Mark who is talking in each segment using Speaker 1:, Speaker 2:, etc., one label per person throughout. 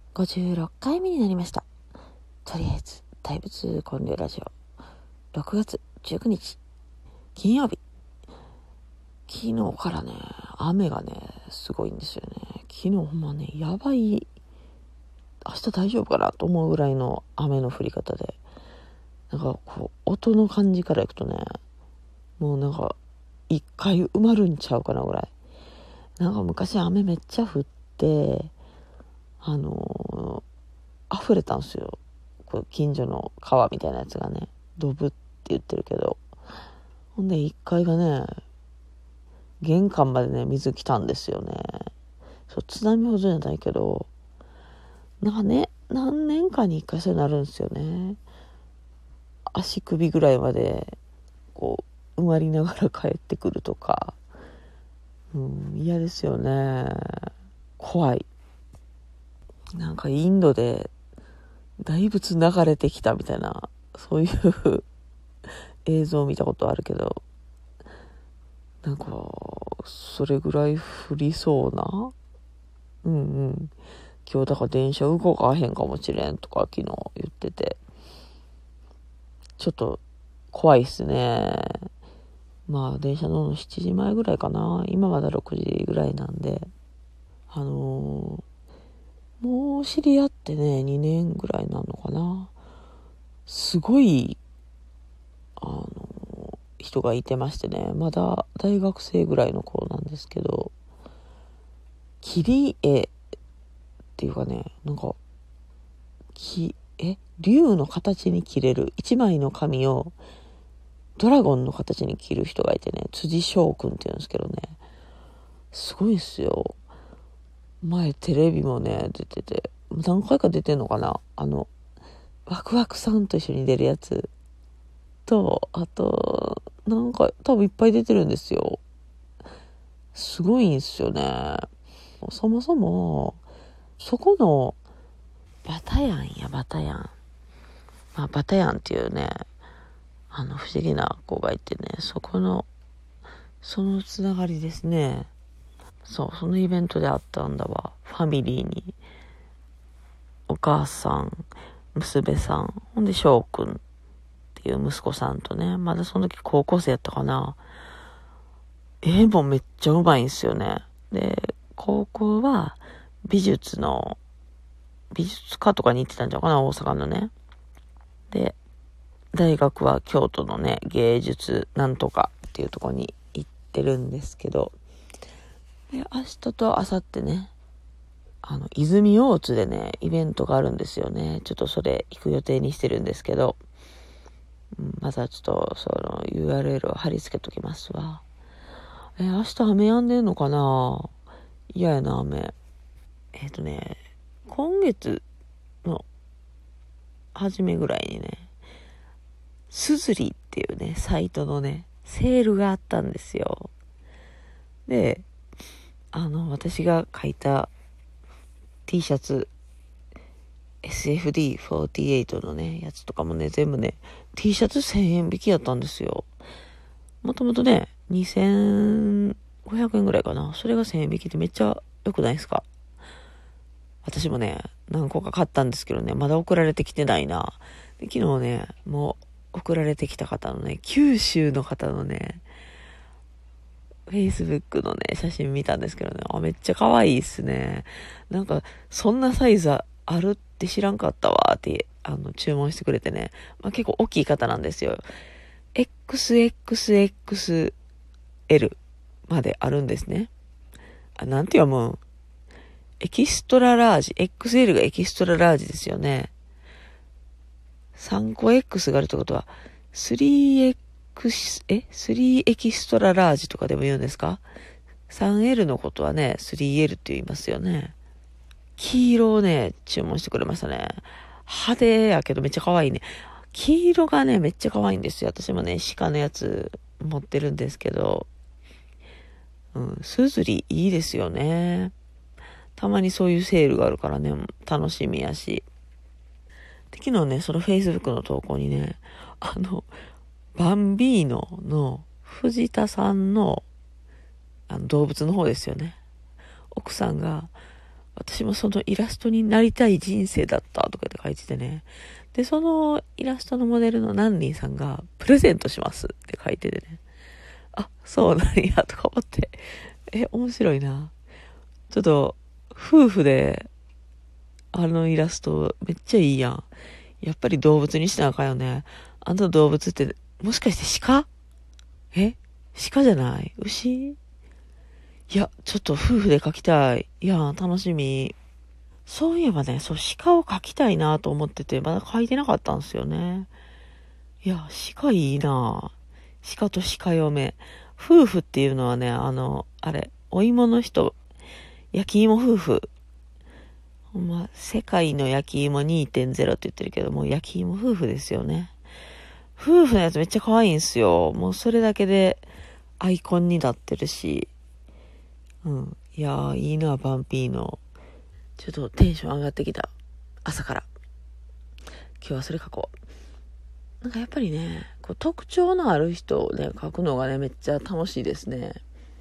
Speaker 1: 56回目になりました。とりあえず大仏建立ラジオ6月19日金曜日。昨日からね雨がねすごいんですよね。昨日ほんまねやばい、明日大丈夫かなと思うぐらいの雨の降り方で、なんかこう音の感じからいくとね、もうなんか一回埋まるんちゃうかなぐらい、なんか昔雨めっちゃ降って溢れたんですよ。こう近所の川みたいなやつがね、ドブって言ってるけど、ほんで1階がね玄関までね水来たんですよね。そう津波ほどじゃないけど、なんかね何年かに1回そうなるんですよね。足首ぐらいまでこう埋まりながら帰ってくるとか、嫌ですよね。怖い。なんかインドで大仏流れてきたみたいな、そういう映像を見たことあるけど、なんかそれぐらい降りそうな。今日だから電車動かへんかもしれんとか昨日言ってて、ちょっと怖いっすね。まあ電車乗るの7時前ぐらいかな。今まだ6時ぐらいなんで、もう知り合ってね2年ぐらいなのかな。すごい人がいてましてね、まだ大学生ぐらいの子なんですけど、切り絵っていうかね、なんか竜の形に切れる一枚の紙をドラゴンの形に切る人がいてね、辻翔くんって言うんですけどね、すごいんすよ。前テレビもね出てて、何回か出てんのかな、ワクワクさんと一緒に出るやつと、あとなんか多分いっぱい出てるんですよ。すごいんすよね。そもそもそこのバタヤン、バタヤンっていうね不思議な子がいてね、そのつながりですね。そのイベントであったんだわ。ファミリーにお母さん、娘さん、ほんで翔くんっていう息子さんとね、まだその時高校生やったかな。絵もめっちゃうまいんですよね。で高校は美術科とかに行ってたんじゃうかな、大阪のね。で大学は京都のね芸術なんとかっていうところに行ってるんですけど、で明日と明後日ね泉大津でねイベントがあるんですよね。ちょっとそれ行く予定にしてるんですけど、またちょっとその URL を貼り付けときますわ。明日雨止んでんのかな。嫌やな雨。今月の初めぐらいにね、すずりっていうねサイトのねセールがあったんですよ。で私が書いた T シャツ SFD48 のねやつとかもね全部ね T シャツ1000円引きやったんですよ。もともとね2500円ぐらいかな。それが1000円引きってめっちゃ良くないですか。私もね何個か買ったんですけどね、まだ送られてきてないな。で昨日ねもう送られてきた方のね、九州の方のねFacebook のね写真見たんですけどね、めっちゃ可愛いっすね。なんかそんなサイズあるって知らんかったわって注文してくれてね、結構大きい方なんですよ。XXXL まであるんですね。なんて読むん？エキストララージ。XL がエキストララージですよね。3個 X があるってことは 3X 3エキストララージとかでも言うんですか。 3L のことはね 3L って言いますよね。黄色をね注文してくれましたね。派手やけどめっちゃ可愛いね。黄色がねめっちゃ可愛いんですよ。私もね鹿のやつ持ってるんですけど、スズリいいですよね。たまにそういうセールがあるからね楽しみやし。で昨日ねその Facebook の投稿にねバンビーノの藤田さんの動物の方ですよね。奥さんが私もそのイラストになりたい人生だったとかって書いててね。で、そのイラストのモデルのナンニーさんがプレゼントしますって書いててね。あ、そうなんやとか思って。面白いな。ちょっと、夫婦で、あのイラストめっちゃいいやん。やっぱり動物にしなあかんよね。あの動物って、もしかして鹿？鹿じゃない？牛？いや、ちょっと夫婦で描きたい。いや、楽しみ。そういえばね、そう、鹿を描きたいなと思ってて、まだ描いてなかったんですよね。いや、鹿いいな。鹿と鹿嫁。夫婦っていうのはね、お芋の人、焼き芋夫婦。ほんま、世界の焼き芋 2.0 って言ってるけども、焼き芋夫婦ですよね。夫婦のやつめっちゃ可愛いんすよ。もうそれだけでアイコンになってるし。いやー、いいな、バンピーノ。ちょっとテンション上がってきた。朝から。今日はそれ書こう。なんかやっぱりね、こう特徴のある人をね、書くのがね、めっちゃ楽しいですね。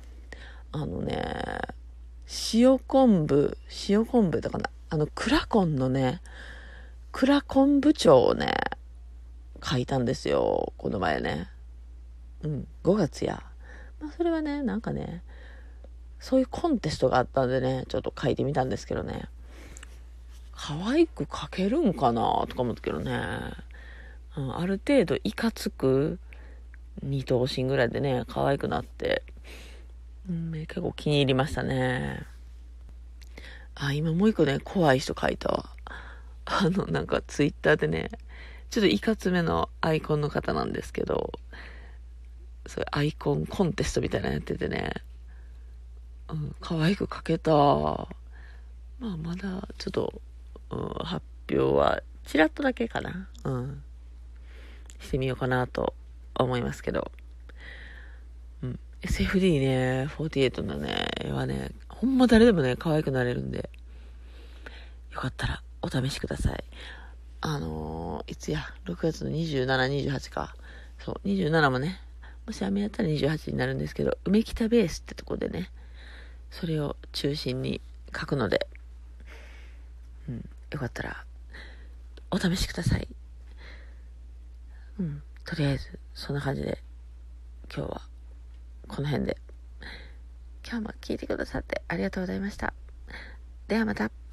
Speaker 1: 塩昆布だかな。クラコンのね、クラコン部長をね、書いたんですよ。この前ね。5月や。それはね、なんかね、そういうコンテストがあったんでね、ちょっと書いてみたんですけどね。可愛く書けるんかなとか思ったけどね。ある程度いかつく二頭身ぐらいでね、可愛くなって、結構気に入りましたね。今もう一個ね、怖い人書いたわ。なんかツイッターでね、ちょっといかつめのアイコンの方なんですけど、そういうアイコンコンテストみたいなのやっててね、可愛く書けた。まだちょっと、発表はちらっとだけかな。してみようかなと思いますけど。SFD ね、48のね、絵はね、ほんま誰でもね、可愛くなれるんで、よかったらお試しください。いつや、6月の27、28か。そう、27もね、もし雨やったら28になるんですけど、梅北ベースってとこでね、それを中心に書くので、よかったらお試しください。とりあえずそんな感じで今日はこの辺で。今日も聞いてくださってありがとうございました。ではまた。